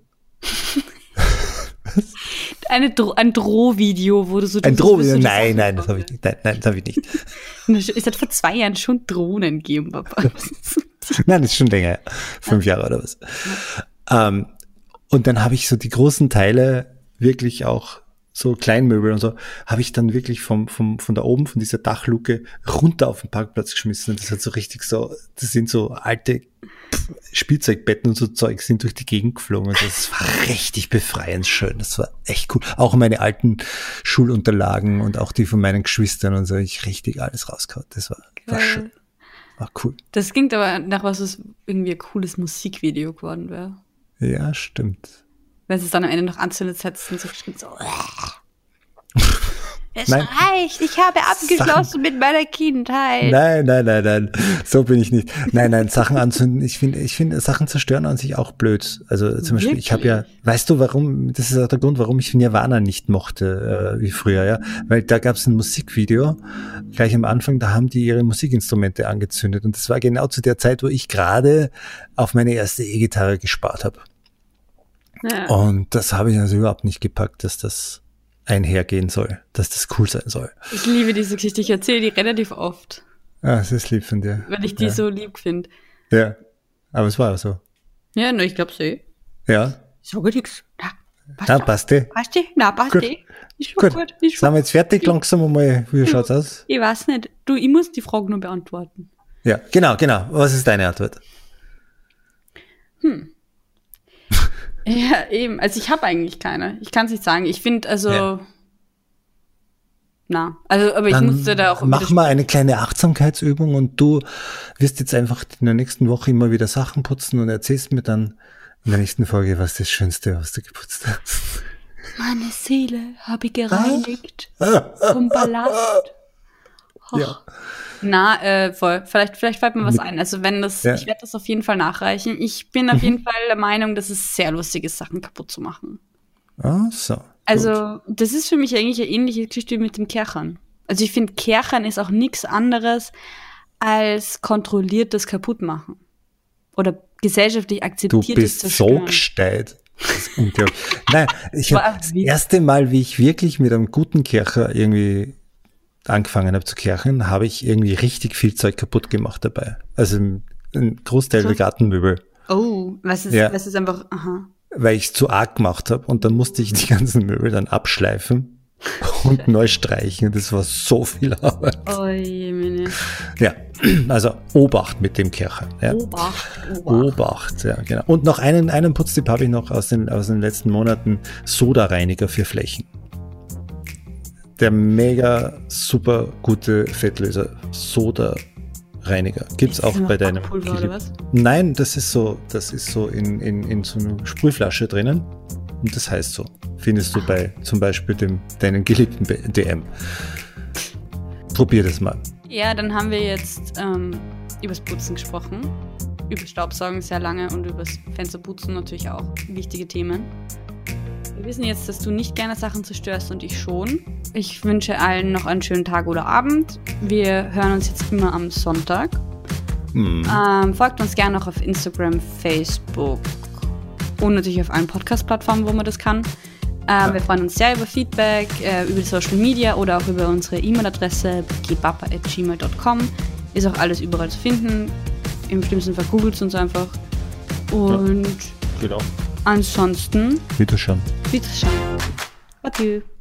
Ein Drohvideo, wo du so... Ein Drohvideo? Nein, das habe ich nicht. Nein, das habe ich nicht. Es hat vor 2 Jahren schon Drohnen gegeben, Papa. Nein, das ist schon länger. 5 Jahre oder was. Und dann habe ich so die großen Teile wirklich auch so Kleinmöbel und so, habe ich dann wirklich von da oben, von dieser Dachluke runter auf den Parkplatz geschmissen. Und das hat so richtig so, das sind so alte Spielzeugbetten und so Zeug sind durch die Gegend geflogen. Und das war richtig befreiend schön. Das war echt cool. Auch meine alten Schulunterlagen und auch die von meinen Geschwistern und so, ich richtig alles rausgehauen. Das war schön. War cool. Das klingt aber nach was irgendwie ein cooles Musikvideo geworden wäre. Ja, stimmt. Wenn sie es dann am Ende noch anzündet, hättest so geschrieben, so, es reicht, ich habe abgeschlossen mit meiner Kindheit. Nein, so bin ich nicht. Nein, Sachen anzünden, ich finde Sachen zerstören an sich auch blöd. Also zum Beispiel, ich habe ja, weißt du warum, das ist auch der Grund, warum ich Nirvana nicht mochte, wie früher, ja, weil da gab es ein Musikvideo, gleich am Anfang, da haben die ihre Musikinstrumente angezündet und das war genau zu der Zeit, wo ich gerade auf meine erste E-Gitarre gespart habe. Ja. Und das habe ich also überhaupt nicht gepackt, dass das einhergehen soll, dass das cool sein soll. Ich liebe diese Geschichte, ich erzähle die relativ oft. Ah, das ist lieb von dir. Weil ich die so lieb finde. Ja. Aber es war so. Ja, ich glaube so. Ja. Sag nichts. Passt eh. Passt eh? Na, passt Gut. eh. Ist schon gut. Ist Sind schon wir jetzt fertig langsam einmal? Wie schaut's aus? Ich weiß nicht. Du, ich muss die Frage nur beantworten. Ja, genau. Was ist deine Antwort? Ja, eben. Also ich habe eigentlich keine. Ich kann es nicht sagen. Ich finde, also... Ja. Aber ich musste da auch... Mach mal eine kleine Achtsamkeitsübung und du wirst jetzt einfach in der nächsten Woche immer wieder Sachen putzen und erzählst mir dann in der nächsten Folge, was das Schönste, was du geputzt hast. Meine Seele habe ich gereinigt vom Ballast. Ja. Na, voll. Vielleicht fällt mir was ein. Also wenn das, ich werde das auf jeden Fall nachreichen. Ich bin auf jeden Fall der Meinung, dass es sehr lustig ist, Sachen kaputt zu machen. Ach so. Also das ist für mich eigentlich eine ähnliche Geschichte wie mit dem Kerchern. Also ich finde, Kerchern ist auch nichts anderes als kontrolliertes Kaputtmachen. Oder gesellschaftlich akzeptiertes Zerstören. Du bist so gesteit. Das ist unglaublich. Nein, das erste Mal, wie ich wirklich mit einem guten Kercher irgendwie angefangen habe zu kerchen, habe ich irgendwie richtig viel Zeug kaputt gemacht dabei. Also ein Großteil der Gartenmöbel. Oh, was ist einfach, aha. Weil ich es zu arg gemacht habe und dann musste ich die ganzen Möbel dann abschleifen und neu streichen. Das war so viel Arbeit. Oh je, meine. Ja, also Obacht mit dem Kercher. Ja. Obacht, ja, genau. Und noch einen Putztipp habe ich noch aus den letzten Monaten: Sodareiniger für Flächen. Der mega super gute Fettlöser, Sodareiniger. Gibt's auch bei deinem oder was? Nein, das ist so in so einer Sprühflasche drinnen. Und das heißt so. Findest du bei zum Beispiel deinen geliebten DM. Probier das mal. Ja, dann haben wir jetzt übers Putzen gesprochen. Über Staubsaugen sehr lange und übers Fensterputzen natürlich auch wichtige Themen. Wir wissen jetzt, dass du nicht gerne Sachen zerstörst und ich schon. Ich wünsche allen noch einen schönen Tag oder Abend. Wir hören uns jetzt immer am Sonntag. Folgt uns gerne noch auf Instagram, Facebook und natürlich auf allen Podcast-Plattformen, wo man das kann. Wir freuen uns sehr über Feedback, über Social Media oder auch über unsere E-Mail-Adresse gebappa@gmail.com. Ist auch alles überall zu finden. Im schlimmsten Fall googelt es uns einfach. Und genau. Ansonsten. Wiederschauen. Adieu.